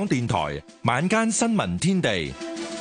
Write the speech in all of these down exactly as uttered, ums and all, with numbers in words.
港電台晚間新聞天地，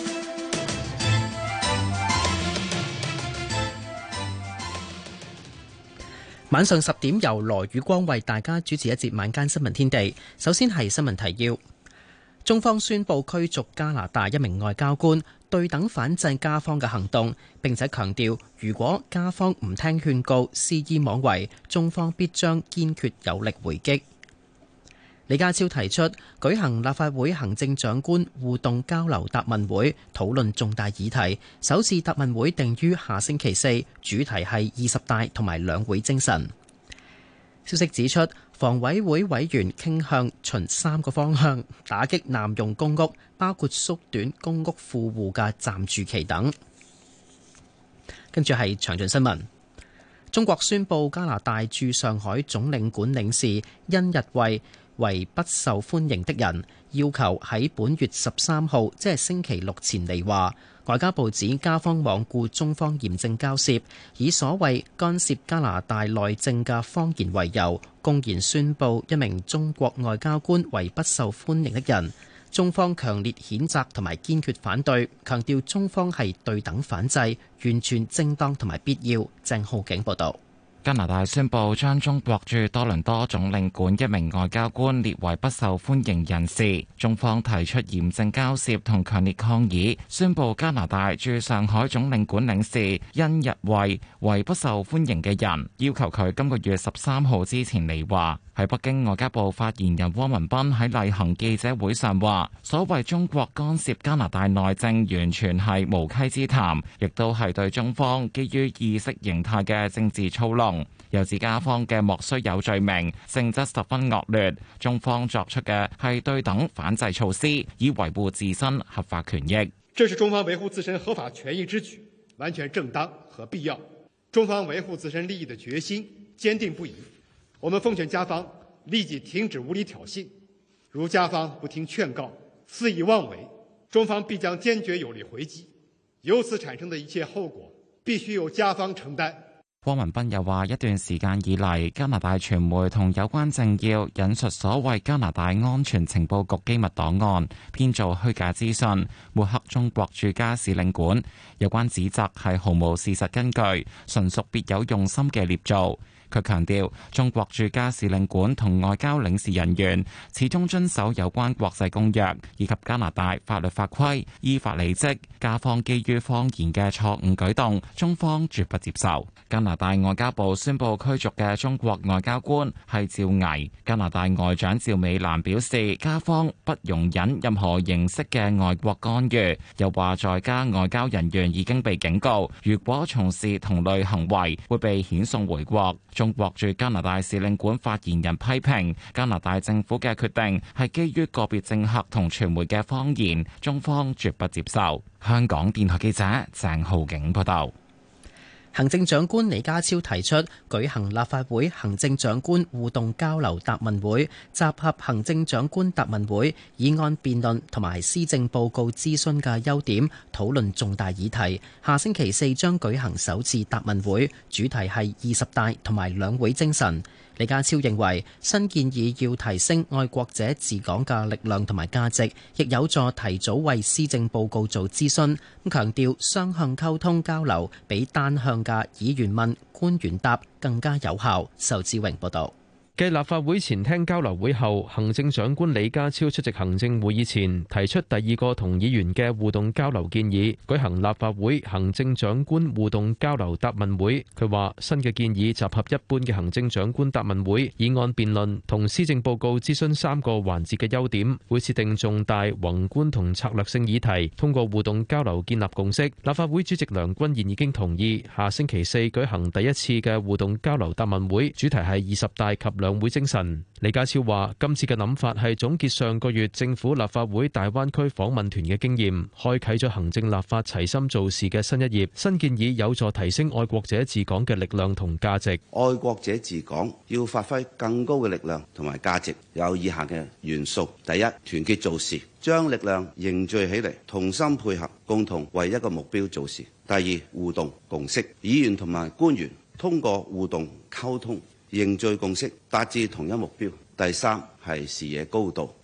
晚上十點由羅宇光為大家主持一節晚間新聞天地。首先係新聞提要：中方宣布驅逐加拿大一名外交官，對等反制加方嘅行動，並且強調如果加方唔聽勸告，肆意妄為，中方必將堅決有力回擊。李家超提出舉行立法會行政長官互動交流答問會，討論重大議題。首次答問會定於下星期四，主題係二十大同埋兩會精神。消息指出，房委會委員傾向循三個方向打擊濫用公屋，包括縮短公屋富戶嘅暫住期等。跟住係詳盡新聞。中國宣布加拿大駐上海總領館領事因日惠為不受歡迎的人，要求喺本月十三號，即係星期六前離華。外交部指加方罔顧中方嚴正交涉，以所謂干涉加拿大內政嘅謊言為由，公然宣布一名中國外交官為不受歡迎的人。中方強烈譴責同埋堅決反對，強調中方係對等反制，完全正當同埋必要。鄭浩景報道。 加拿大宣布將中國駐多倫多總領館一名外交官列為不受歡迎人士，中方提出嚴正交涉同強烈抗議，宣布加拿大駐上海總領館領事因日惠為不受歡迎嘅人，要求佢今個月十三號之前離華。喺北京，外交部發言人汪文斌喺例行記者會上話，所謂中國干涉加拿大內政完全係無稽之談，亦都係對中方基於意識形態嘅政治操弄。又指加方嘅莫須有罪名性質十分惡劣，中方作出嘅係對等反制措施，以維護自身合法權益。 這是中方維護自身合法權益之舉，完全正當和必要。中方維護自身利益的決心堅定不移。我們奉勸加方立即停止無理挑釁，如加方不聽勸告，肆意妄為，中方必將堅決有力回擊，由此產生的一切後果必須由加方承擔。 汪文斌又話，一段時間以嚟，加拿大傳媒同有關政要引述所謂加拿大安全情報局機密檔案，編造虛假資訊，抹黑中國駐加使領館，有關指責係毫無事實根據，純屬別有用心嘅捏造。佢強調，中國駐加使領館同外交領事人員始終遵守有關國際公約以及加拿大法律法規，依法履職。加方基於謊言嘅錯誤舉動，中方絕不接受。加拿大外交部宣布驅逐嘅中國外交官係趙毅。加拿大外長趙美蘭表示，加方不容忍任何形式嘅外國干預，又話在加外交人員已經被警告，如果從事同類行為，會被遣送回國。中國駐加拿大使領館發言人批評加拿大政府嘅決定係基於個別政客同傳媒嘅謊言，中方絕不接受。香港電台記者鄭浩景報道。 行政長官李家超提出舉行立法會行政長官互動交流答問會，集合行政長官答問會議案辯論同埋施政報告諮詢嘅優點，討論重大議題。下星期四將舉行首次答問會，主題係二十大同埋兩會精神。李家超認為新建議要提升愛國者治港嘅力量同埋價值，亦有助提早為施政報告做諮詢。咁強調雙向溝通交流比單向嘅議員問官員答更加有效。仇志榮報導。 繼立法會前廳交流會後，行政長官李家超出席行政會議前，提出第二個同議員嘅互動交流建議，舉行立法會行政長官互動交流答問會。佢話新嘅建議集合一般嘅行政長官答問會、議案辯論同施政報告諮詢三個環節嘅優點，會設定重大宏觀同策略性議題，通過互動交流建立共識。立法會主席梁君彥已經同意下星期四舉行第一次嘅互動交流答問會，主題係二十大及兩會精神。李家超話今次嘅諗法係總結上個月政府立法會大灣區訪問團嘅經驗，開啟咗行政立法齊心做事嘅新一頁。新建議有助提升愛國者治港嘅力量同價值。 愛國者治港要發揮更高嘅力量同埋價值，有以下嘅元素：第一，團結做事，將力量凝聚起嚟，同心配合，共同為一個目標做事。第二，互動共識，議員同埋官員通過互動溝通凝聚共識，達至同一目標。第三係視野高度，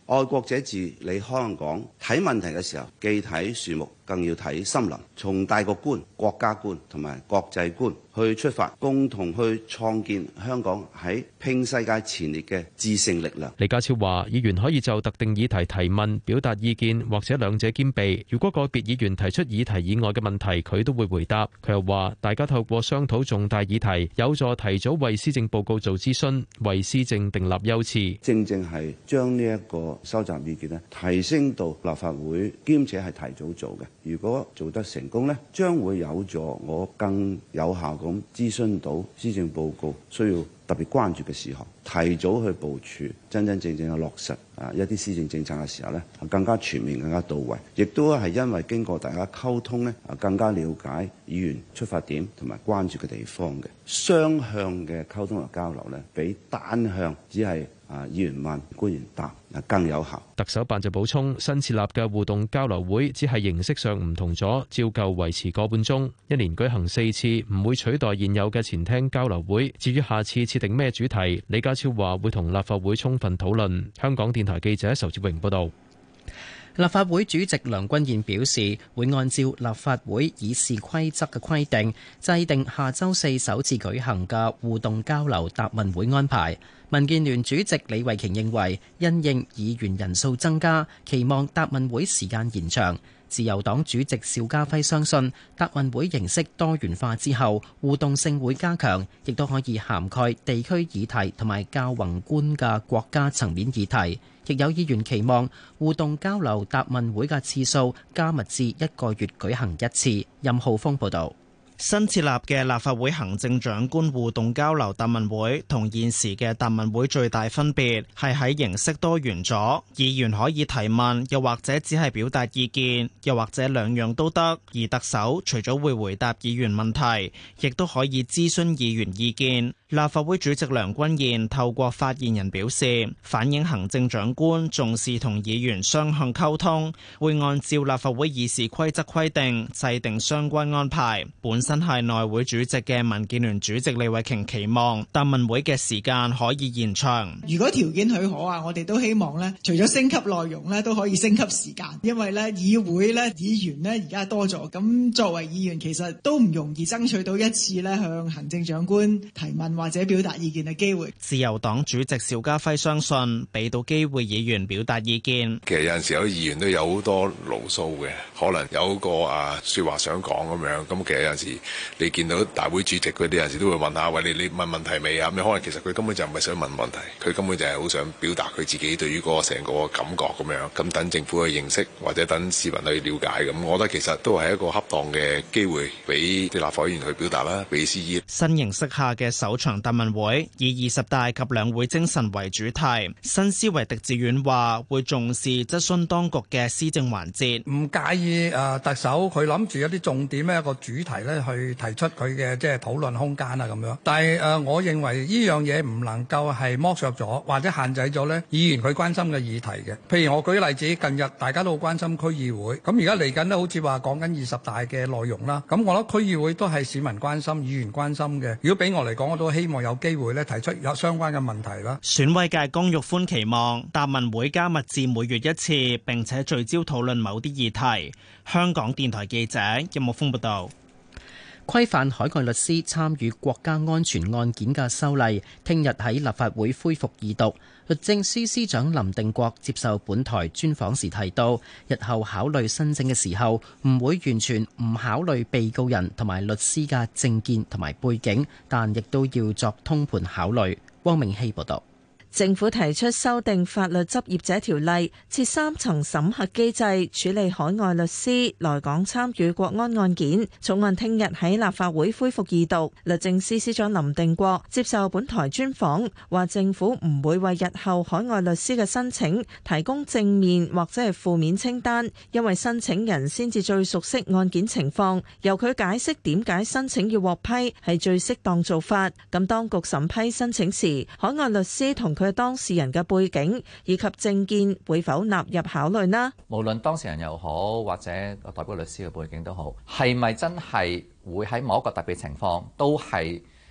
愛國者治理香港睇問題嘅時候，既睇樹木，更要睇森林，從大局觀、國家觀同埋國際觀去出發，共同去創建香港喺拼世界前列嘅致勝力量。 李家超話：議員可以就特定議題提問、表達意見，或者兩者兼備。如果個別議員提出議題以外嘅問題，佢都會回答。佢又話：大家透過商討重大議題，有助提早為施政報告做諮詢，為施政訂立優次。 正正係將呢一個收集意見咧提升到立法會，兼且係提早做嘅。如果做得成功呢，將會有助我更有效咁諮詢到施政報告需要特別關注嘅事項，提早去部署，真真正正嘅落實啊一啲施政政策嘅時候呢，更加全面、更加到位。亦都係因為經過大家溝通呢，啊更加了解議員出發點同埋關注嘅地方嘅雙向嘅溝通同交流呢，比單向只係啊議員問官員答啊更有效。 特首辦就補充，新設立嘅互動交流會只係形式上唔同咗，照舊維持個半鐘，一年舉行四次，唔會取代現有嘅前廳交流會。至於下次設定咩主題，李家超話會同立法會充分討論。香港電台記者仇志榮報道。 立法會主席梁君彥表示，會按照立法會議事規則嘅規定，制定下週四首次舉行嘅互動交流答問會安排。民建聯主席李慧瓊認為，因應議員人數增加，期望答問會時間延長。自由黨主席邵家輝相信，答問會形式多元化之後，互動性會加強，亦都可以涵蓋地區議題同埋較宏觀嘅國家層面議題。亦有議員期望互動交流答問會嘅次數加密至一個月舉行一次。任浩峰報導。 新設立嘅立法會行政長官互動交流答問會同現時嘅答問會最大分別係喺形式多元咗，議員可以提問，又或者只係表達意見，又或者兩樣都得。而特首除咗會回答議員問題，亦都可以諮詢議員意見。立法會主席梁君彥透過發言人表示，反映行政長官重視同議員雙向溝通，會按照立法會議事規則規定制定相關安排。本身係內會主席嘅民建聯主席李慧瓊期望答問會嘅時間可以延長。 如果條件許可啊，我哋都希望咧，除咗升級內容咧，都可以升級時間，因為咧議會咧議員咧而家多咗，咁作為議員其實都唔容易爭取到一次咧向行政長官提問或者表達意見嘅機會。 自由黨主席邵家輝相信，俾到機會議員表達意見。 其實有陣時有啲議員都有好多牢騷嘅，可能有個啊説話想講咁樣。咁其實有陣時你見到大會主席嗰啲有陣時都會問下，喂，你你問問題未啊？咁可能其實佢根本就唔係想問問題，佢根本就係好想表達佢自己對於嗰個成個感覺咁樣。咁等政府去認識或者等市民去了解。咁我覺得其實都係一個恰當嘅機會，俾啲立法會議員去表達啦，俾司議。 新形式下嘅首場答問會以二十大及兩會精神為主題。新思維狄志遠話會重視質詢當局嘅施政環節， 唔介意誒特首佢諗住一啲重點咧一個主題咧去提出佢嘅即係討論空間啊咁樣。但係誒我認為呢樣嘢唔能夠係剝削咗或者限制咗咧議員佢關心嘅議題嘅。譬如我舉例子，近日大家都好關心區議會，咁而家嚟緊咧好似話講緊二十大嘅內容啦。咁我覺得區議會都係市民關心、議員關心嘅。如果俾我嚟講，我都希望有機會咧提出有相關嘅問題啦。 選委界江玉歡期望答問會加密至每月一次，並且聚焦討論某啲議題。香港電台記者任木峰報道。 規範海外律師參與國家安全案件嘅修例，聽日喺立法會恢復二讀。律政司司長林定國接受本台專訪時提到，日後考慮申請嘅時候，唔會完全唔考慮被告人同埋律師嘅政見同埋背景，但亦都要作通盤考慮。汪明希報道。 政府提出修訂法律執業者條例，設三層審核機制處理海外律師來港參與國安案件。草案聽日喺立法會恢復二讀。律政司司長林定國接受本台專訪，話政府唔會為日後海外律師嘅申請提供正面或者係負面清單，因為申請人先至最熟悉案件情況。由佢解釋點解申請要獲批係最適當做法。咁當局審批申請時，海外律師同佢當事人嘅背景以及政見會否納入考慮呢？ 無論當事人又好，或者代表律師嘅背景都好，係咪真係會喺某一個特別情況都係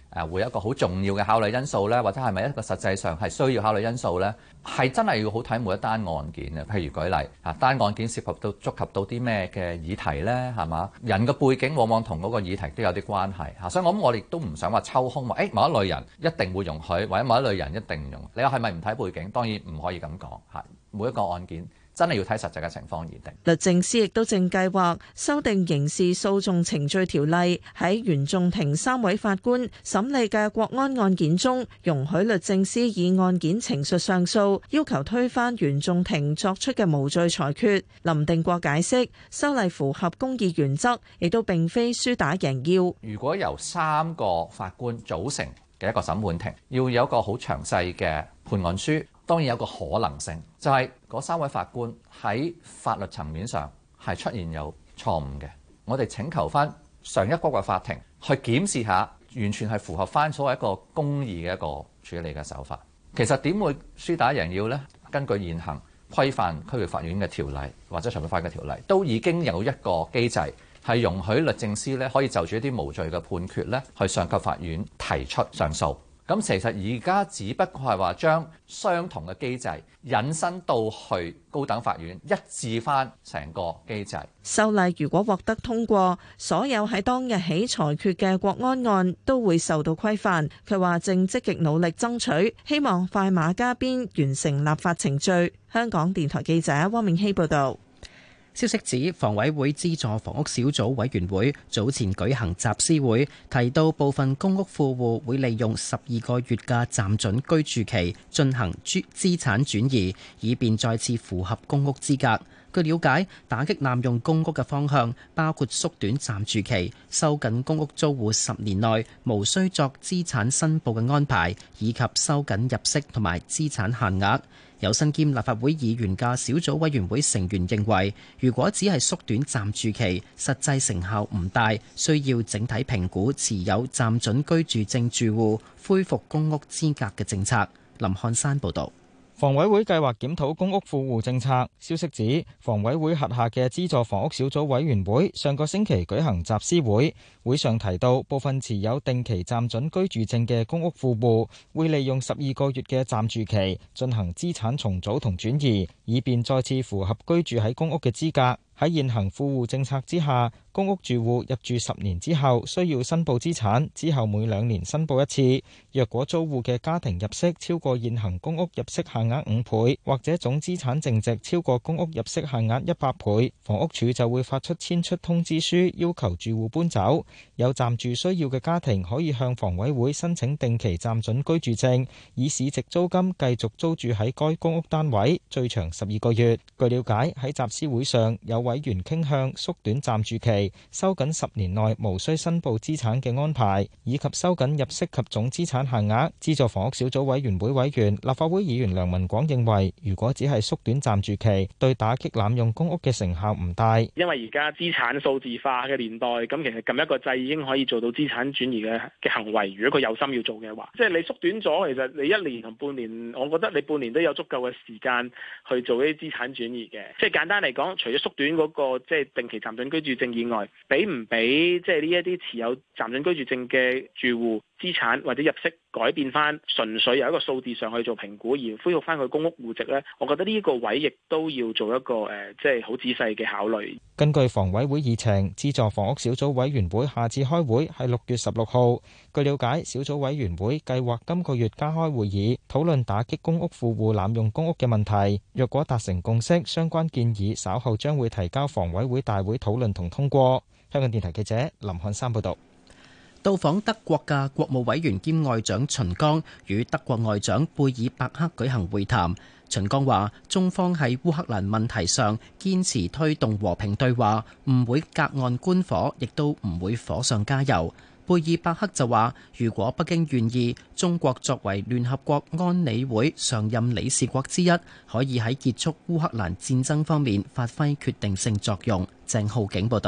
誒會有一個好重要嘅考慮因素咧，或者係咪一個實際上係需要考慮因素咧？係真係要好睇每一單案件嘅。譬如舉例啊，單案件涉及到觸及到啲咩嘅議題咧，係嘛？人嘅背景往往同嗰個議題都有啲關係嚇，所以我諗我哋都唔想話抽空話，誒、欸、某一類人一定會容許，或者某一類人一定唔容許。你話係咪唔睇背景？當然唔可以咁講嚇。每一個案件真係要睇實際嘅情況而定。 律政司亦都正計劃修訂刑事訴訟程序條例，喺原訟庭三位法官審理嘅國安案件中，容許律政司以案件呈述上訴，要求推翻原訟庭作出嘅無罪裁決。林定國解釋，修例符合公義原則，亦都並非輸打贏要。 如果由三個法官組成嘅一個審判庭，要有一個好詳細嘅判案書。當然有個可能性，就係嗰三位法官喺法律層面上係出現有錯誤嘅。我哋請求翻上一級嘅法庭去檢視下，完全係符合翻所謂一個公義嘅一個處理嘅手法。其實點會輸打贏要呢？根據現行規範區域法院嘅條例或者裁判法嘅條例，都已經有一個機制係容許律政司咧可以就住一啲無罪嘅判決咧去上級法院提出上訴。咁其實而家只不過係話將相同嘅機制引申到去高等法院，一致翻成個機制。 修例如果獲得通過，所有喺當日起裁決嘅國安案都會受到規範。佢話正積極努力爭取，希望快馬加鞭完成立法程序。香港電台記者汪明希報導。 消息指，房委會資助房屋小組委員會早前舉行集思會，提到部分公屋富戶會利用十二個月嘅暫准居住期進行資產轉移，以便再次符合公屋資格。據了解，打擊濫用公屋嘅方向包括縮短暫住期、收緊公屋租戶十年內無需作資產申報嘅安排，以及收緊入息同埋資產限額。有身兼立法會議員嘅小組委員會成員認為，如果只係縮短暫住期，實際成效唔大，需要整體評估持有暫准居住證住戶恢復公屋資格嘅政策。林漢山報導。 房委會計劃檢討公屋富戶政策。消息指，房委會轄下嘅資助房屋小組委員會上個星期舉行集思會，會上提到部分持有定期暫准居住證嘅公屋富戶會利用十二個月嘅暫住期進行資產重組同轉移，以便再次符合居住喺公屋嘅資格。喺現行富戶政策之下，公屋住戶入住十年之後需要申報資產，之後每兩年申報一次。若果租戶嘅家庭入息超過現行公屋入息限額五倍，或者總資產淨值超過公屋入息限額一百倍，房屋署就會發出遷出通知書，要求住戶搬走。有暫住需要嘅家庭可以向房委會申請定期暫准居住證，以市值租金繼續租住喺該公屋單位，最長十二個月。據了解，喺集思會上有委員傾向縮短暫住期，收緊十年內無需申報資產嘅安排，以及收緊入息及總資產限額。資助房屋小組委員會委員、立法會議員梁文廣認為，如果只係縮短暫住期，對打擊濫用公屋嘅成效唔大。 因為而家資產數字化嘅年代，咁其實撳一個掣已經可以做到資產轉移嘅嘅行為。如果佢有心要做嘅話，即係你縮短咗，其實你一年同半年，我覺得你半年都有足夠嘅時間去做呢啲資產轉移嘅。即係簡單嚟講，除咗縮短嗰個即係定期暫准居住證以外，俾唔俾即係呢一啲持有暫准居住證嘅住戶資產或者入息改變翻，純粹由一個數字上去做評估而恢復翻佢公屋戶籍呢？我覺得呢一個位亦都要做一個誒，即係好仔細嘅考慮。 根據房委會議程，資助房屋小組委員會下次開會係六月十六號。據了解，小組委員會計劃今個月加開會議，討論打擊公屋富戶濫用公屋嘅問題。若果達成共識，相關建議稍後將會提交房委會大會討論同通過。香港電台記者林漢山報道。 到訪德國嘅國務委員兼外長秦剛與德國外長貝爾伯克舉行會談。秦剛話：中方喺烏克蘭問題上堅持推動和平對話，唔會隔岸觀火，亦都唔會火上加油。貝爾伯克就話：如果北京願意，中國作為聯合國安理會常任理事國之一，可以喺結束烏克蘭戰爭方面發揮決定性作用。鄭浩景報道。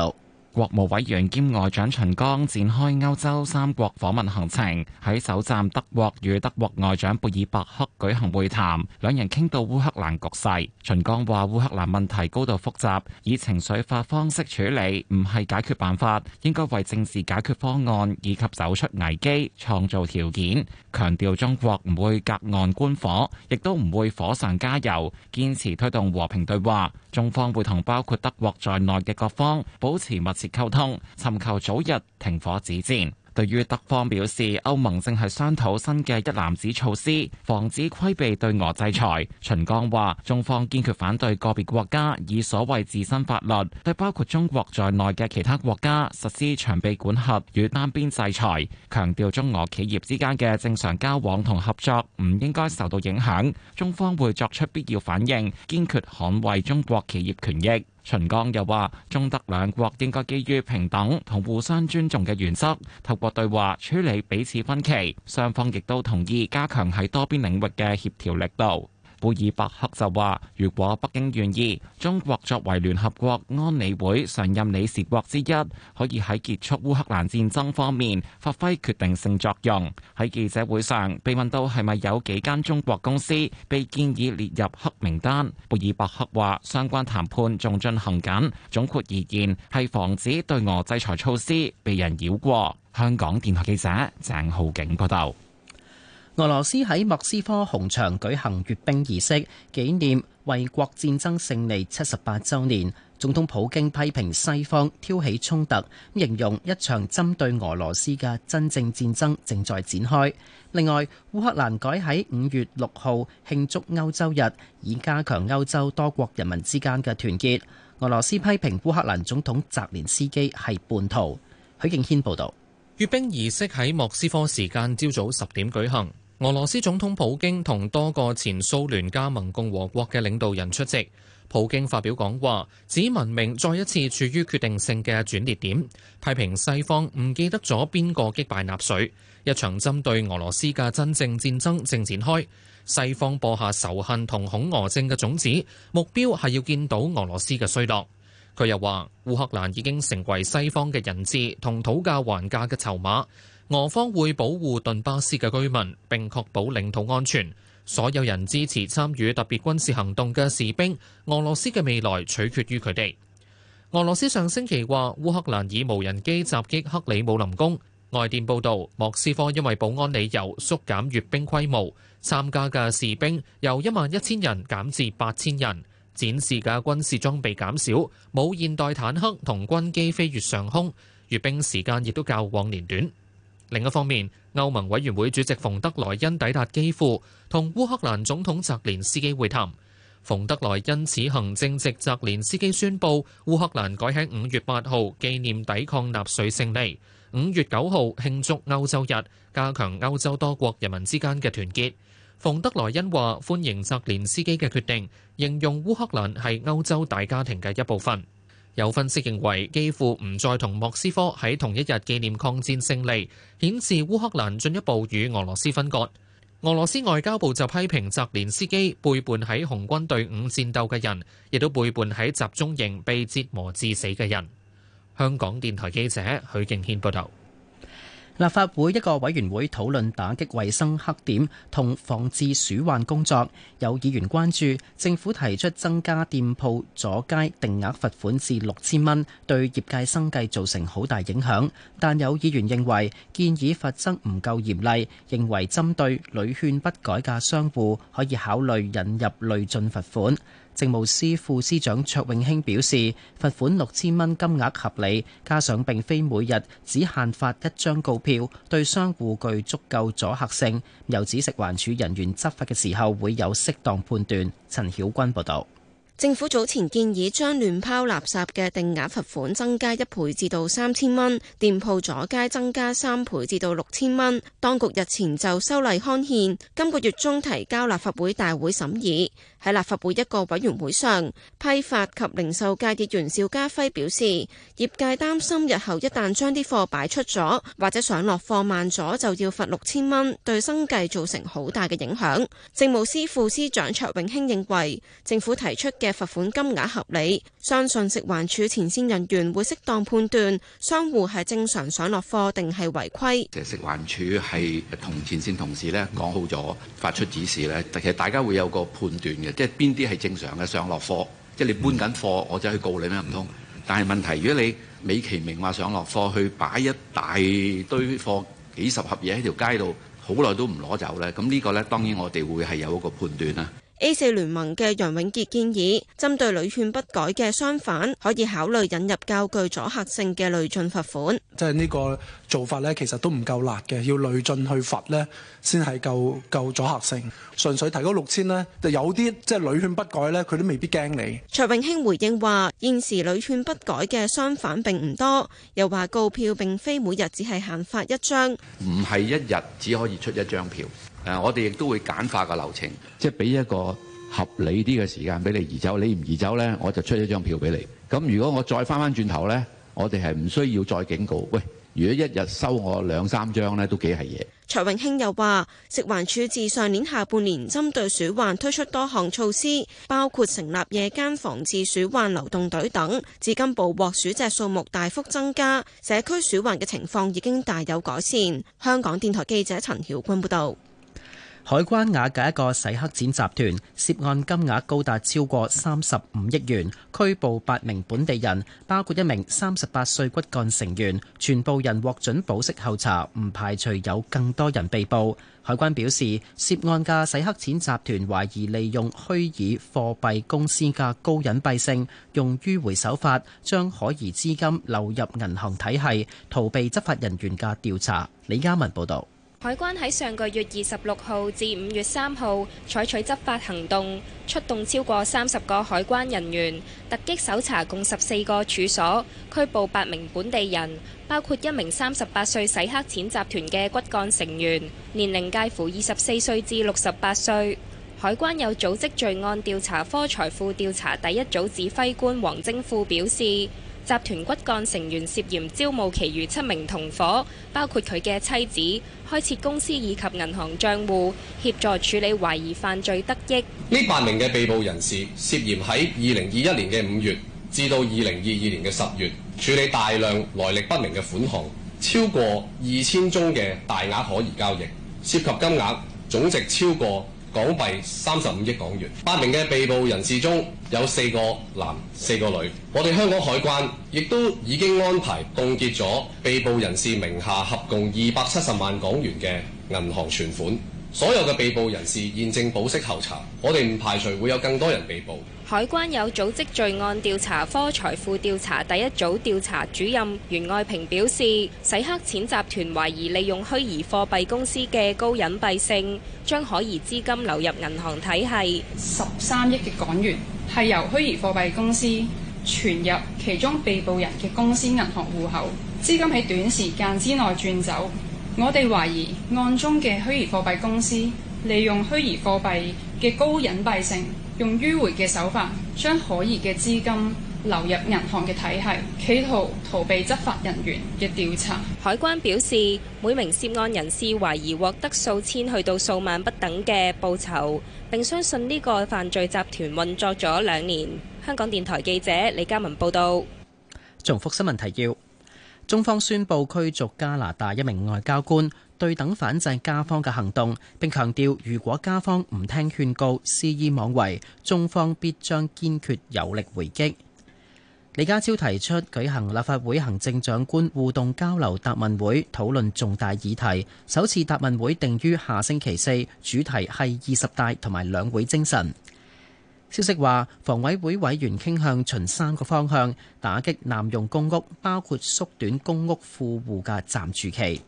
國務委員兼外長秦剛展開歐洲三國訪問行程，喺首站德國與德國外長貝爾伯克舉行會談，兩人傾到烏克蘭局勢。秦剛話烏克蘭問題高度複雜，以情緒化方式處理唔係解決辦法，應該為政治解決方案以及走出危機創造條件。強調中國唔會隔岸觀火，亦都唔會火上加油，堅持推動和平對話。中方會同包括德國在內嘅各方保持密切溝通，尋求早日停火止戰。對於德方表示，歐盟正係商討新嘅一籃子措施，防止規避對俄制裁。秦剛話：中方堅決反對個別國家以所謂自身法律對包括中國在內嘅其他國家實施長臂管轄與單邊制裁，強調中俄企業之間嘅正常交往同合作唔應該受到影響。中方會作出必要反應，堅決捍衛中國企業權益。秦剛又話：中德兩國應該基於平等同互相尊重嘅原則，透過對話處理彼此分歧。雙方亦都同意加強喺多邊領域嘅協調力度。貝爾伯克就話：如果北京願意，中國作為聯合國安理會常任理事國之一，可以喺結束烏克蘭戰爭方面發揮決定性作用。喺記者會上被問到係咪有幾間中國公司被建議列入黑名單，貝爾伯克話：相關談判仲進行緊，總括而言係防止對俄制裁措施被人繞過。香港電台記者鄭浩景報道。 俄羅斯喺莫斯科紅場舉行閱兵儀式，紀念衛國戰爭勝利七十八週年。總統普京批評西方挑起衝突，形容一場針對俄羅斯嘅真正戰爭正在展開。另外，烏克蘭改喺五月六號慶祝歐洲日，以加強歐洲多國人民之間嘅團結。俄羅斯批評烏克蘭總統澤連斯基係叛徒。許敬軒報導。 閱兵儀式喺莫斯科時間朝早十點舉行。俄羅斯總統普京同多個前蘇聯加盟共和國嘅領導人出席。普京發表講話，指文明再一次處於決定性嘅轉捩點，批評西方唔記得咗邊個擊敗納粹，一場針對俄羅斯嘅真正戰爭正展開。西方播下仇恨同恐俄症嘅種子，目標係要見到俄羅斯嘅衰落。佢又話，烏克蘭已經成為西方嘅人質同討價還價嘅籌碼。俄方會保護頓巴斯嘅居民，並確保領土安全。所有人支持參與特別軍事行動嘅士兵，俄羅斯嘅未來取決於佢哋。俄羅斯上星期話，烏克蘭以無人機襲擊克里姆林宮。外電報導，莫斯科因為保安理由縮減閱兵規模，參加嘅士兵由一萬一千人減至八千人，展示嘅軍事裝備減少，冇現代坦克同軍機飛越上空，閱兵時間亦都較往年短。另一方面，歐盟委員會主席馮德萊恩抵達基輔，同烏克蘭總統澤連斯基會談。馮德萊恩此行正值澤連斯基宣布烏克蘭改喺五月八號紀念抵抗納粹勝利，五月九號慶祝歐洲日，加強歐洲多國人民之間嘅團結。馮德萊恩話歡迎澤連斯基嘅決定，形容烏克蘭係歐洲大家庭嘅一部分。有分析認為，幾乎唔再同莫斯科喺同一日紀念抗戰勝利，顯示烏克蘭進一步與俄羅斯分割。俄羅斯外交部就批評澤連斯基背叛喺紅軍隊伍戰鬥嘅人，亦都背叛喺集中營被折磨致死嘅人。香港電台記者許敬軒報道。 立法會一個委員會討論打擊衛生黑點同防治鼠患工作，有議員關注政府提出增加店鋪阻街定額罰款至六千蚊，對業界生計造成好大影響。但有議員認為建議罰則唔夠嚴厲，認為針對屢勸不改嘅商戶可以考慮引入累進罰款。政務司副司長卓永興表示，罰款六千蚊金額合理，加上並非每日只限發一張告票，對商戶具足夠阻嚇性。又指食環署人員執法嘅時候會有適當判斷。陳曉君報導。 政府早前建議將亂拋垃圾嘅定額罰款增加一倍至到三千蚊，店鋪阻街增加三倍至到六千蚊。當局日前就修例刊憲，今個月中提交立法會大會審議。喺立法會一個委員會上，批發及零售界議員邵家輝表示，業界擔心日後一旦將啲貨擺出咗，或者上落貨慢咗，就要罰六千蚊，對生計造成好大嘅影響。政務司副司長卓永興認為，政府提出嘅嘅罰款金額合理，相信食環署前線人員會適當判斷商戶係正常上落貨定係違規。 其實食環署係同前線同事咧講好咗，發出指示咧，其實大家會有個判斷嘅，即係邊啲係正常嘅上落貨，即係你搬緊貨，我就去告你咩唔通？但係問題，如果你美其名話上落貨，去擺一大堆貨，幾十盒嘢喺條街度，好耐都唔攞走咧，咁呢個咧當然我哋會係有一個判斷啦。 A 四聯盟嘅楊永傑建議，針對屢勸不改嘅商販，可以考慮引入較具阻嚇性嘅累進罰款。 即係呢個做法呢，其實都唔夠辣嘅，要累進去罰呢，先係夠夠阻嚇性。純粹提高六千呢，就有啲即係屢勸不改呢，佢都未必驚你。 卓永興回應話：現時屢勸不改嘅商販並唔多，又話告票並非每日只係限發一張， 唔係一日只可以出一張票。誒，我哋亦都會簡化個流程，即係俾一個合理啲嘅時間俾你移走。你唔移走呢，我就出一張票俾你。咁如果我再翻翻轉頭呢，我哋係唔需要再警告。喂，如果一日收我兩三張呢，都幾係嘢。 卓永興又話，食環署自上年下半年針對鼠患推出多項措施，包括成立夜間防治鼠患流動隊等，至今捕獲鼠隻數目大幅增加，社區鼠患嘅情況已經大有改善。香港電台記者陳曉君報導。 海關瓦解一個洗黑錢集團，涉案金額高達超過三十五億元，拘捕八名本地人，包括一名三十八歲骨幹成員，全部人獲准保釋候查，唔排除有更多人被捕。海關表示，涉案嘅洗黑錢集團懷疑利用虛擬貨幣公司嘅高隱蔽性，用迂迴手法將可疑資金流入銀行體系，逃避執法人員嘅調查。李嘉文報導。 海關喺上個月二十六號至五月三號採取執法行動，出動超過三十個海關人員，突擊搜查共十四個處所，拘捕八名本地人，包括一名三十八歲洗黑錢集團嘅骨幹成員，年齡介乎二十四歲至六十八歲。海關有組織罪案調查科財富調查第一組指揮官黃精富表示，集團骨幹成員涉嫌招募其餘七名同伙，包括佢嘅妻子，開設公司以及銀行帳戶，協助處理懷疑犯罪得益。 呢八名嘅被捕人士涉嫌喺二零二一年嘅五月至到二零二二年嘅十月，處理大量來歷不明嘅款項，超過二千宗嘅大額可疑交易，涉及金額總值超過港幣三十五億港元。八名嘅被捕人士中有四個男四個女。我哋香港海關亦都已經安排凍結咗被捕人士名下合共二百七十萬港元嘅銀行存款。所有嘅被捕人士現正保釋候查，我哋唔排除會有更多人被捕。 海關有組織罪案調查科財富調查第一組調查主任袁愛平表示，洗黑錢集團懷疑利用虛擬貨幣公司嘅高隱蔽性，將可疑資金流入銀行體系。 十三億嘅港元係由虛擬貨幣公司存入其中被捕人嘅公司銀行戶口，資金喺短時間之內轉走。我哋懷疑案中嘅虛擬貨幣公司利用虛擬貨幣嘅高隱蔽性，用迂迴嘅手法將可疑嘅資金流入銀行嘅體系，企圖逃避執法人員嘅調查。 海關表示，每名涉案人士懷疑獲得數千去到數萬不等嘅報酬，並相信呢個犯罪集團運作咗兩年。香港電台記者李嘉文報道。 重複新聞提要。中方宣布驅逐加拿大一名外交官，對等反制加方嘅行動，並強調如果加方唔聽勸告、肆意妄為，中方必將堅決有力回擊。李家超提出舉行立法會行政長官互動交流答問會，討論重大議題。首次答問會定於下星期四，主題係二十大同埋兩會精神。消息話，房委會委員傾向循三個方向打擊濫用公屋，包括縮短公屋富戶嘅暫住期。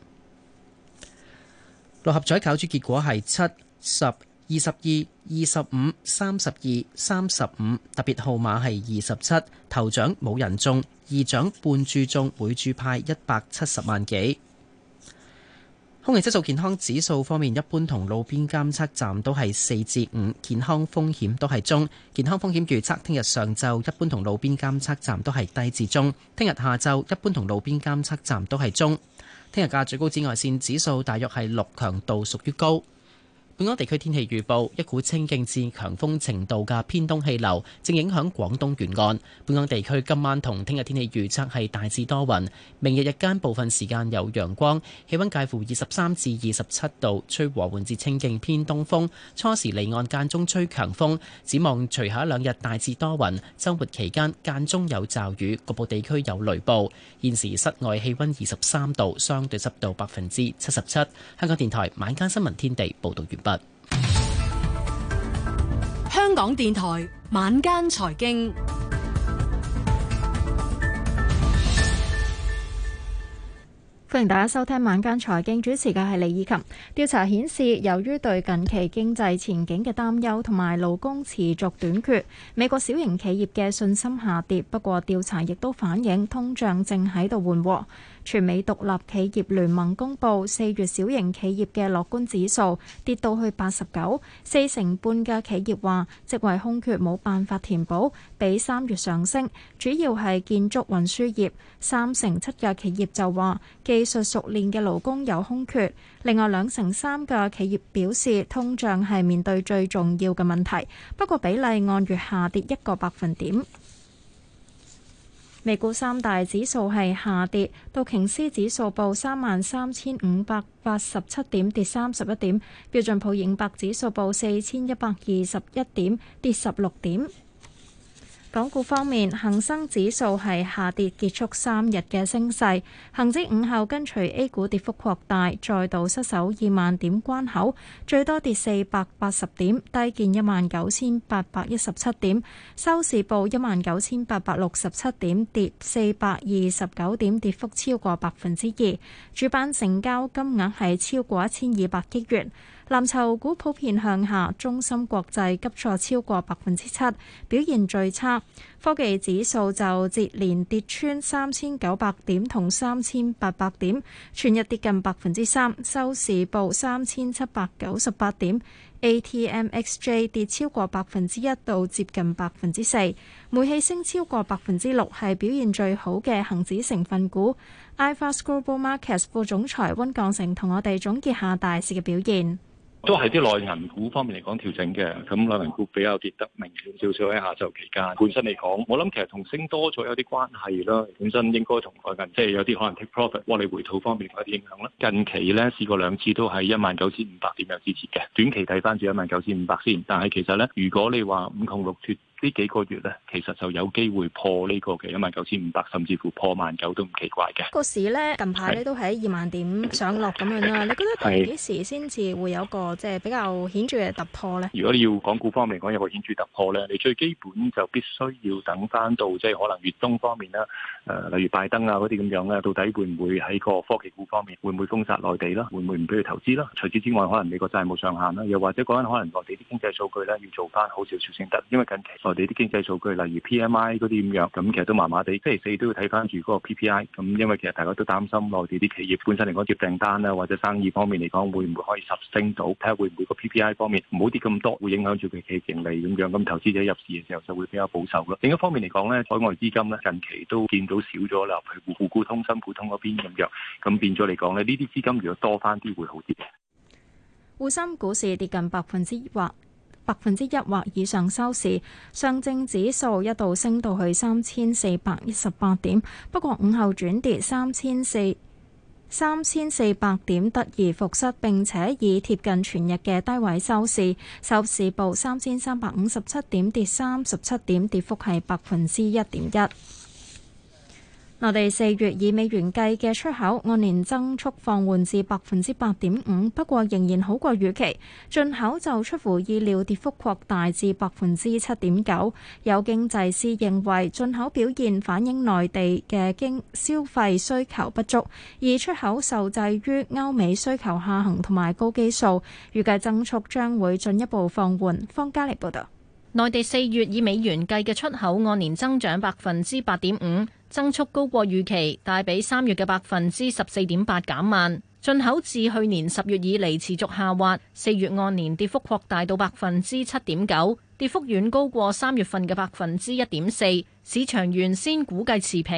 六合彩攪珠結果係七、十、二十二、二十五、三十二、三十五，特別號碼係二十七。頭獎冇人中，二獎半注中，每注派一百七十萬幾。空氣質素健康指數方面，一般同路邊監測站都係四至五，健康風險都係中。健康風險預測，聽日上晝一般同路邊監測站都係低至中，聽日下晝一般同路邊監測站都係中。聽日嘅最高紫外線指數大約係六，強度屬於高。 本港地區天氣預報，一股清勁至強風程度嘅偏東氣流正影響廣東沿岸。本港地區今晚同聽日天氣預測係大致多雲，明日日間部分時間有陽光，氣溫介乎二十三至二十七度，吹和緩至清勁偏東風，初時離岸間中吹強風。展望隨後一兩日大致多雲，週末期間間中有驟雨，局部地區有雷暴。現時室外氣溫二十三度，相對濕度百分之七十七。香港電台晚間新聞天地報道完畢。 香港電台晚間財經， 歡迎大家收聽晚間財經，主持嘅係李以琴。調查顯示，由於對近期經濟前景嘅擔憂同埋勞工持續短缺，美國小型企業嘅信心下跌。不過調查亦都反映通脹正喺度緩和。全美獨立企業聯盟公佈四月小型企業嘅樂觀指數跌到去八十九，四成半嘅企業話職位空缺冇辦法填補，比三月上升，主要係建築運輸業。三成七嘅企業就話技術熟練嘅勞工有空缺。另外兩成三嘅企業表示通脹係面對最重要嘅問題，不過比例按月下跌一個百分點。美股三大指數係下跌，道瓊斯指數報三萬三千五百八十七點，跌三十一點；標準普爾五百指數報四千一百二十一點，跌十六點。港股方面，恒生指數係下跌，結束三日嘅升勢。恒指午後跟隨 A 股跌幅擴大，再度失守二萬點關口，最多跌四百八十點，低見一萬九千八百一十七點，收市報一萬九千八百六十七點，跌四百二十九點，跌幅超過百分之二。主板成交金額係超過一千二百億元。藍籌股普遍向下，中芯國際急挫超過百分之七，表現最差。科技指數就接連跌穿三千九百點同三千八百點，全日跌近百分之三，收市報三千七百九十八點。A T M X J 跌超過百分之一到接近百分之四，煤氣升超過百分之六，係表現最好嘅恒指成分股。iFAST Global Markets 副總裁溫鋼成同我哋總結下大市嘅表現。 都係啲內銀股方面嚟講調整嘅，咁內銀股比較跌得明顯少少喺下晝期間。本身嚟講，我諗其實同升多咗有啲關係啦。本身應該同內銀即係有啲可能 take profit 獲利回吐方面有啲影響啦。近期咧試過兩次都係一萬九千五百點有支持嘅，短期睇翻住一萬九千五百先。但係其實咧，如果你話五窮六絕呢幾個月咧，其實就有機會破呢個嘅一萬九千五百，甚至乎破萬九都唔奇怪嘅。 個市咧近排咧都喺二萬點上落咁樣啦。你覺得係幾時先至會有個即係比較顯著嘅突破咧？如果你要港股方面嚟講有個顯著突破咧，你最基本就必須要等翻到即係可能粵東方面啦，誒、呃、例如拜登啊嗰啲咁樣咧，到底會唔會喺個科技股方面會唔會封殺內地啦？會唔會唔俾佢投資啦？除此之外，可能美國債務上限啦，又或者講緊可能內地啲經濟數據咧要做翻好少少先得，因為近期內地啲經濟數據例如 P M I 嗰啲咁樣，咁其實都麻麻地。星期四都要睇翻住嗰個 P P I， 咁因為其實大家都擔心內地啲企業本身嚟講接訂單啦，或者生意方面嚟講會唔會可以實升到，睇下會唔會個 P P I 方面唔好跌咁多，會影響住佢企業盈利咁樣，咁投資者入市嘅時候就會比較保守咯。另一方面嚟講咧，海外資金咧近期都見到少咗啦，譬如滬股通、深股通嗰邊咁樣，咁變咗嚟講咧，呢啲資金如果多翻啲會好啲嘅。 滬深股市跌近百分之或百分之一或以上收市，上證指數一度升到去三千四百一十八點，不過午後轉跌三千四三千四百點，得而復失，並且以貼近全日嘅低位收市，收市報三千三百五十七點，跌三十七點，跌幅係百分之一點一。內地四月以美元計嘅出口按年增速放緩至百分之八點五，不過仍然好過預期。進口就出乎意料跌幅擴大至百分之七點九。有經濟師認為進口表現反映內地嘅經消費需求不足，而出口受制於歐美需求下行同埋高基數，預計增速將會進一步放緩。方嘉莉報導。 內地四月以美元計嘅出口按年增長百分之八點五，增速高過預期，但比三月嘅百分之十四點八減慢。進口自去年十月以嚟持續下滑，四月按年跌幅擴大到百分之七點九，跌幅遠高過三月份嘅百分之一點四。市場原先估計持平。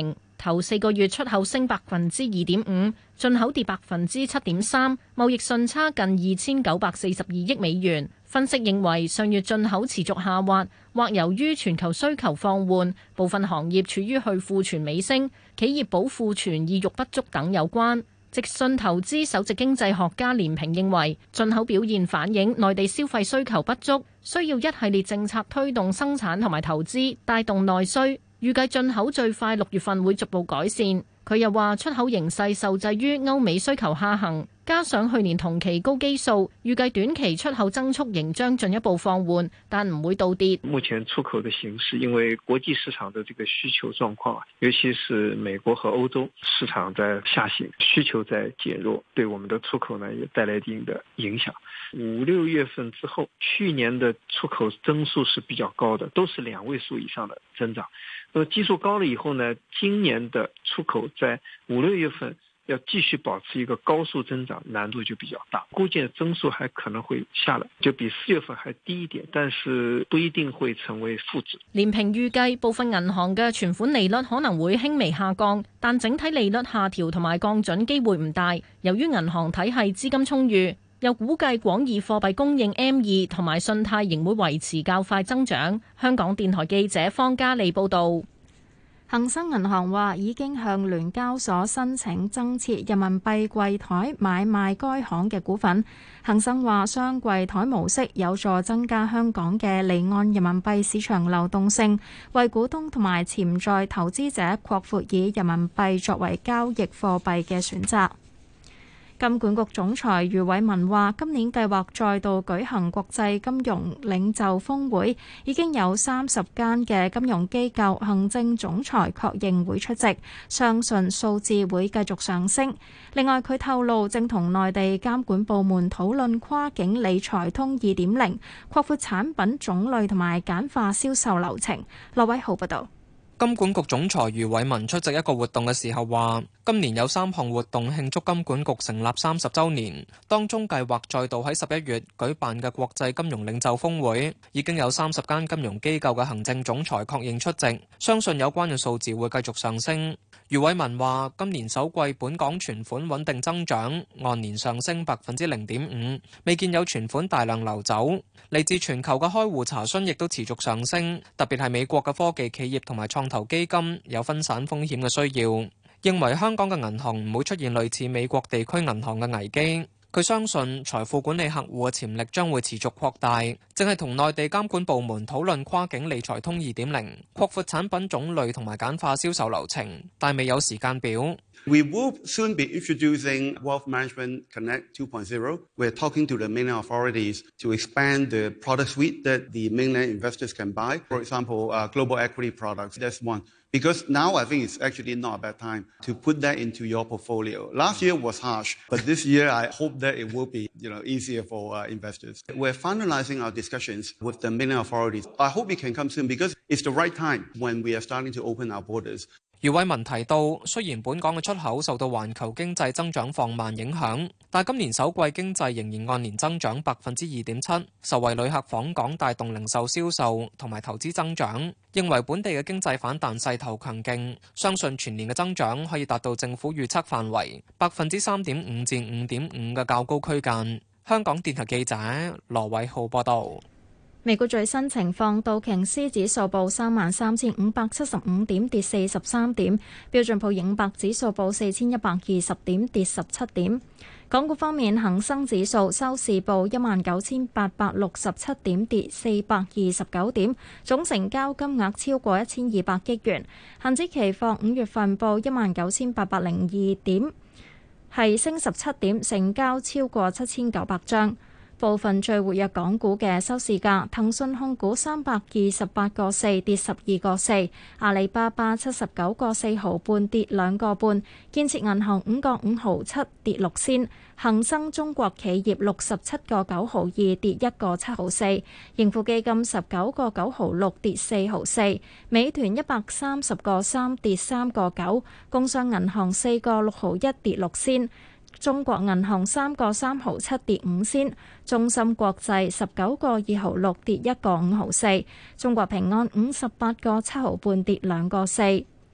頭四個月出口升百分之二點五，進口跌百分之七點三，貿易順差近二千九百四十二億美元。分析認為，上月進口持續下滑，或由於全球需求放緩，部分行業處於去庫存尾聲，企業保庫存意欲不足等有關。直信投資首席經濟學家連平認為，進口表現反映內地消費需求不足，需要一系列政策推動生產同埋投資，帶動內需。預計進口最快六月份會逐步改善。佢又話出口形勢受制於歐美需求下行，加上去年同期高基數，預計短期出口增速仍將進一步放緩，但唔會倒跌。 目前出口的形勢，因為國際市場的這個需求狀況，尤其是美國和歐洲市場在下行，需求在減弱，對我們的出口呢也帶來一定的影響。五六月份之後，去年的出口增速是比較高的，都是兩位數以上的增長。那麼基數高了以後呢，今年的出口在五六月份要繼續保持一個高速增長，難度就比較大，估計增速還可能會下來，就比四月份還低一點，但是不一定會成為負值。 連平預計部分銀行嘅存款利率可能會輕微下降，但整體利率下調同埋降準機會唔大，由於銀行體系資金充裕。又估計廣義貨幣供應 M 二 同埋信貸仍會維持較快增長。香港電台記者方嘉利報導。 恒生銀行話已經向聯交所申請增設人民幣櫃台買賣該行嘅股份。恒生話雙櫃台模式有助增加香港嘅離岸人民幣市場流動性，為股東同埋潛在投資者擴闊以人民幣作為交易貨幣嘅選擇。金管局總裁余偉文話：今年計劃再度舉行國際金融領袖峰會，已經有三十間嘅金融機構行政總裁確認會出席，相信數字會繼續上升。另外，佢透露正同內地監管部門討論跨境理財通二點零，擴闊產品種類同埋簡化銷售流程。羅偉豪報道。 金管局總裁余偉文出席一個活動嘅時候話，今年有三項活動慶祝金管局成立三十週年，當中計劃再度喺十一月舉辦嘅國際金融領袖峰會，已經有三十間金融機構嘅行政總裁確認出席，相信有關嘅數字會繼續上升。余偉文話，今年首季本港存款穩定增長，按年上升百分之零點五，未見有存款大量流走。嚟自全球嘅開戶查詢亦都持續上升，特別係美國嘅科技企業同埋創投基金有分散風險嘅需要，認為香港嘅銀行唔會出現類似美國地區銀行嘅危機。佢相信財富管理客戶嘅潛力將會持續擴大，正係同內地監管部門討論跨境理財通二點零，擴闊產品種類同埋簡化銷售流程，但未有時間表。 We will soon be introducing Wealth Management Connect two point oh. We're talking to the mainland authorities to expand the product suite that the mainland investors can buy. For example, uh, global equity products. That's one. Because now I think it's actually not a bad time to put that into your portfolio. Last year was harsh, but this year I hope that it will be, you know, easier for uh, investors. We're finalizing our discussions with the mainland authorities. I hope it can come soon because it's the right time when we are starting to open our borders. 余偉文提到，雖然本港嘅出口受到環球經濟增長放慢影響，但今年首季經濟仍然按年增長百分之二點七，受惠旅客訪港帶動零售銷售同埋投資增長。認為本地嘅經濟反彈勢頭強勁，相信全年嘅增長可以達到政府預測範圍百分之三點五至五點五嘅較高區間。香港電台記者羅偉浩報道。 美股最新情況，道瓊斯指數報三萬三千五百七十五點，跌四十三點；標準普爾五百指數報四千一百二十點，跌十七點。港股方面，恒生指數收市報一萬九千八百六十七點，跌四百二十九點，總成交金額超過一千二百億元。恒指期貨五月份報一萬九千八百零二點，係升十七點，成交超過七千九百張。部分最活躍港股嘅收市價，騰訊控股三百二十八個四跌十二個四，阿里巴巴七十九個四毫半跌兩個半，建設銀行五個五毫七跌六仙，恒生中國企業六十七個九毫二跌一個七毫四，盈富基金十九個九毫六跌四毫四，美團一百三十個三跌三個九，工商銀行四個六毫一跌六仙。中國銀行三個三毫七跌五仙，中芯國際十九個二毫六跌一個五毫四，中國平安五十八個七毫半跌兩個四。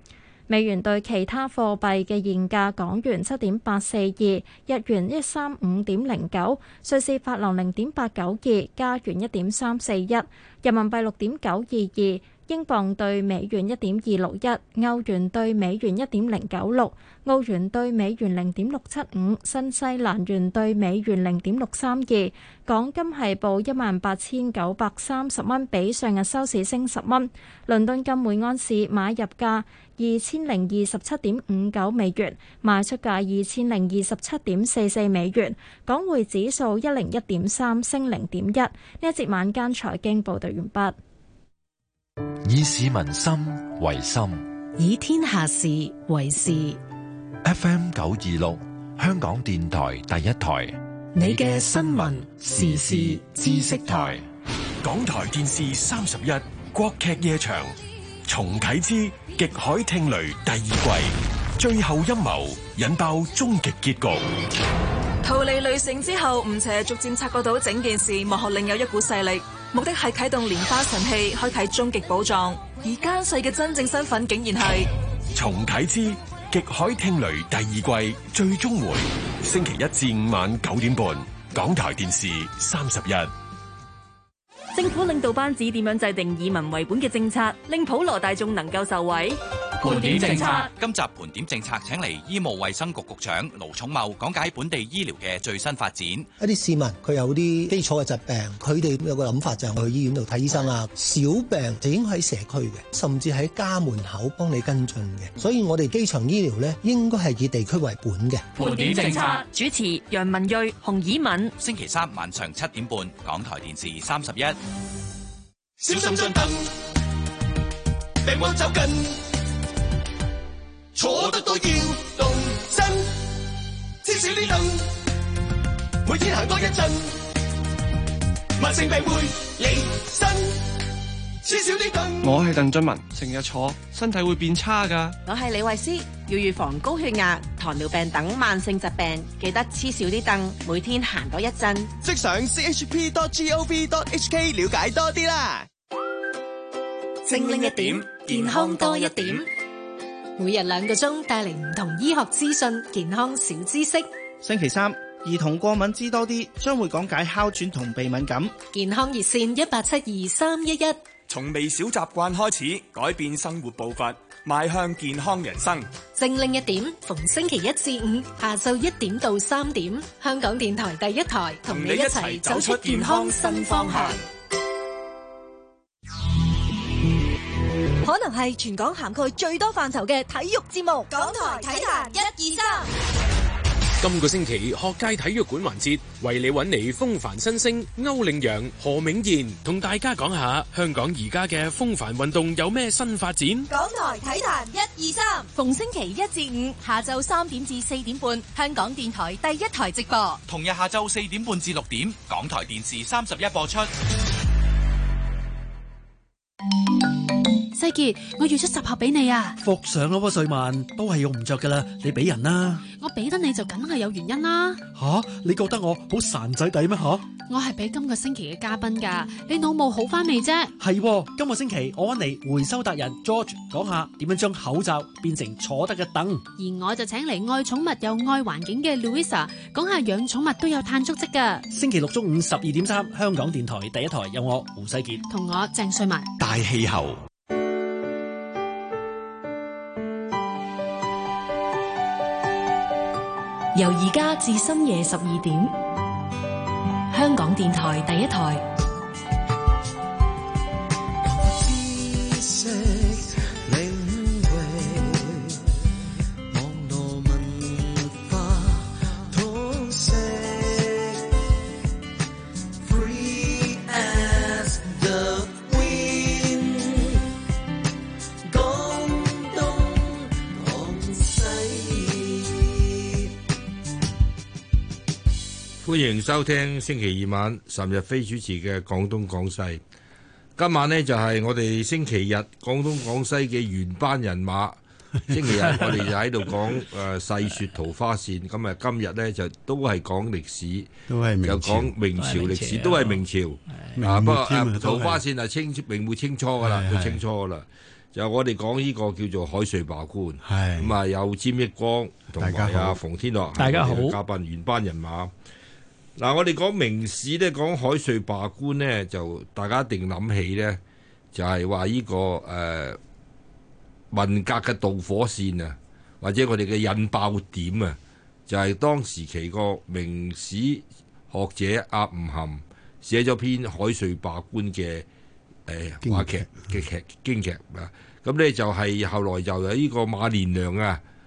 美元對其他貨幣嘅現價：港元七點八四二，日元一三五點零九，瑞士法郎零點八九二，加元一點三四一，人民幣六點九二二。英鎊對美元一點二六一，歐元對美元一點零九六，澳元對美元零點六七五，新西蘭元對美元零點六三二。港金係報一萬八千九百三十蚊，比上日收市升十蚊。倫敦金每安士買入價二千零二十七點五九美元，賣出價二千零二十七點四四美元。港匯指數一零一點三，升零點一。呢一節晚間財經報道完畢。 以市民心為心， 以天下事為事。 F M 九二六，香港電台第一台， 你嘅新聞時事知識台。 港台電視三十一，國劇夜場重啟之極海聽雷第二季，最後陰謀引爆終極結局。 逃離雷城之後，吳邪逐漸察覺到整件事幕後另有一股勢力，目的係啟動蓮花神器，開啟終極寶藏。而奸細嘅真正身份竟然係重啟之極海聽雷第二季最終回，星期一至五晚九點半，港台電視三十一。 政府領導班子點樣制定以民為本嘅政策，令普羅大眾能夠受惠？ 盤點政策，今集盤點政策請嚟醫務衛生局局長盧寵茂講解本地醫療嘅最新發展。 一啲市民佢有啲基礎嘅疾病，佢哋有個諗法就係去醫院度睇醫生啦。小病就應該喺社區嘅，甚至喺家門口幫你跟進嘅。所以我哋基層醫療呢，應該係以地區為本嘅。 盤點政策， 主持楊文睿、洪以敏。 星期三晚上七點半，港台電視三十一。 小心張燈，病魔走近，坐得多要動身，黐少啲凳，每天行多一陣，慢性病會離身，黐少啲凳。 我係鄧俊文，成日坐，身體會變差㗎。 我係李慧詩，要預防高血壓、糖尿病等慢性疾病，記得黐少啲凳，每天行多一陣。 即上 c h p dot gov dot h k 了解多啲啦。 精靈一點，健康多一點。每日兩個鐘帶嚟唔同醫學資訊、健康小知識。 星期三，兒童過敏知多啲，將會講解哮喘同鼻敏感。 健康熱線一八七二三一一。 從微小習慣開始，改變生活步伐，邁向健康人生。 精靈一點，逢星期一至五下晝一點到三點，香港電台第一台同你一齊走出健康新方向。 可能係全港涵蓋最多範疇嘅體育節目，港台體壇一二三。 今個星期學界體育館環節，為你揾嚟風帆新星歐領揚、何銘賢，同大家講下香港而家嘅風帆運動有咩新發展。 港台體壇一二三，逢星期一至五下晝三點至四點半，香港電台第一台直播。 同日下晝四點半至六點，港台電視三十一播出。 世傑，我預出十盒俾你啊！ 復上咯，瑞文都係用唔着噶啦，你俾人啦。 我俾得你就梗係有原因啦。 吓，你覺得我好孱仔底咩？吓， 我係俾今個星期嘅嘉賓噶，你腦霧好翻未啫？ 係，今個星期我搵嚟回收達人 George 講下點樣將口罩變成坐得嘅凳， 而我就請嚟愛寵物又愛環境嘅 Louisa 講下養寵物都有碳足跡噶。 星期六中午十二點三，香港電台第一台有我胡世傑同我鄭瑞文。 大氣候。 由而家至深夜十二點，香港電台第一台。 歡迎收聽星期二晚岑日飛主持嘅廣東廣西。今晚呢，就係我哋星期日廣東廣西嘅原班人馬。星期日我哋就喺度講誒細說桃花扇，咁啊今日呢，就都係講歷史， 都係又講明朝歷史，都係明朝。啊，不過桃花扇係清明末清初噶啦，到清初噶啦。 就我哋講呢個叫做海瑞罷官， 係咁啊有詹益光同埋阿馮天樂， 大家好， 嘉賓原班人馬。嗱，我哋講明史咧，講海瑞罷官咧，就大家一定諗起咧，就係話呢個誒、呃、文革嘅導火線啊，或者我哋嘅引爆點啊，就係、是、當時期個明史學者阿吳晗寫咗篇海瑞罷官嘅誒話劇嘅劇京劇啊，咁咧就係後來就有呢個馬連良啊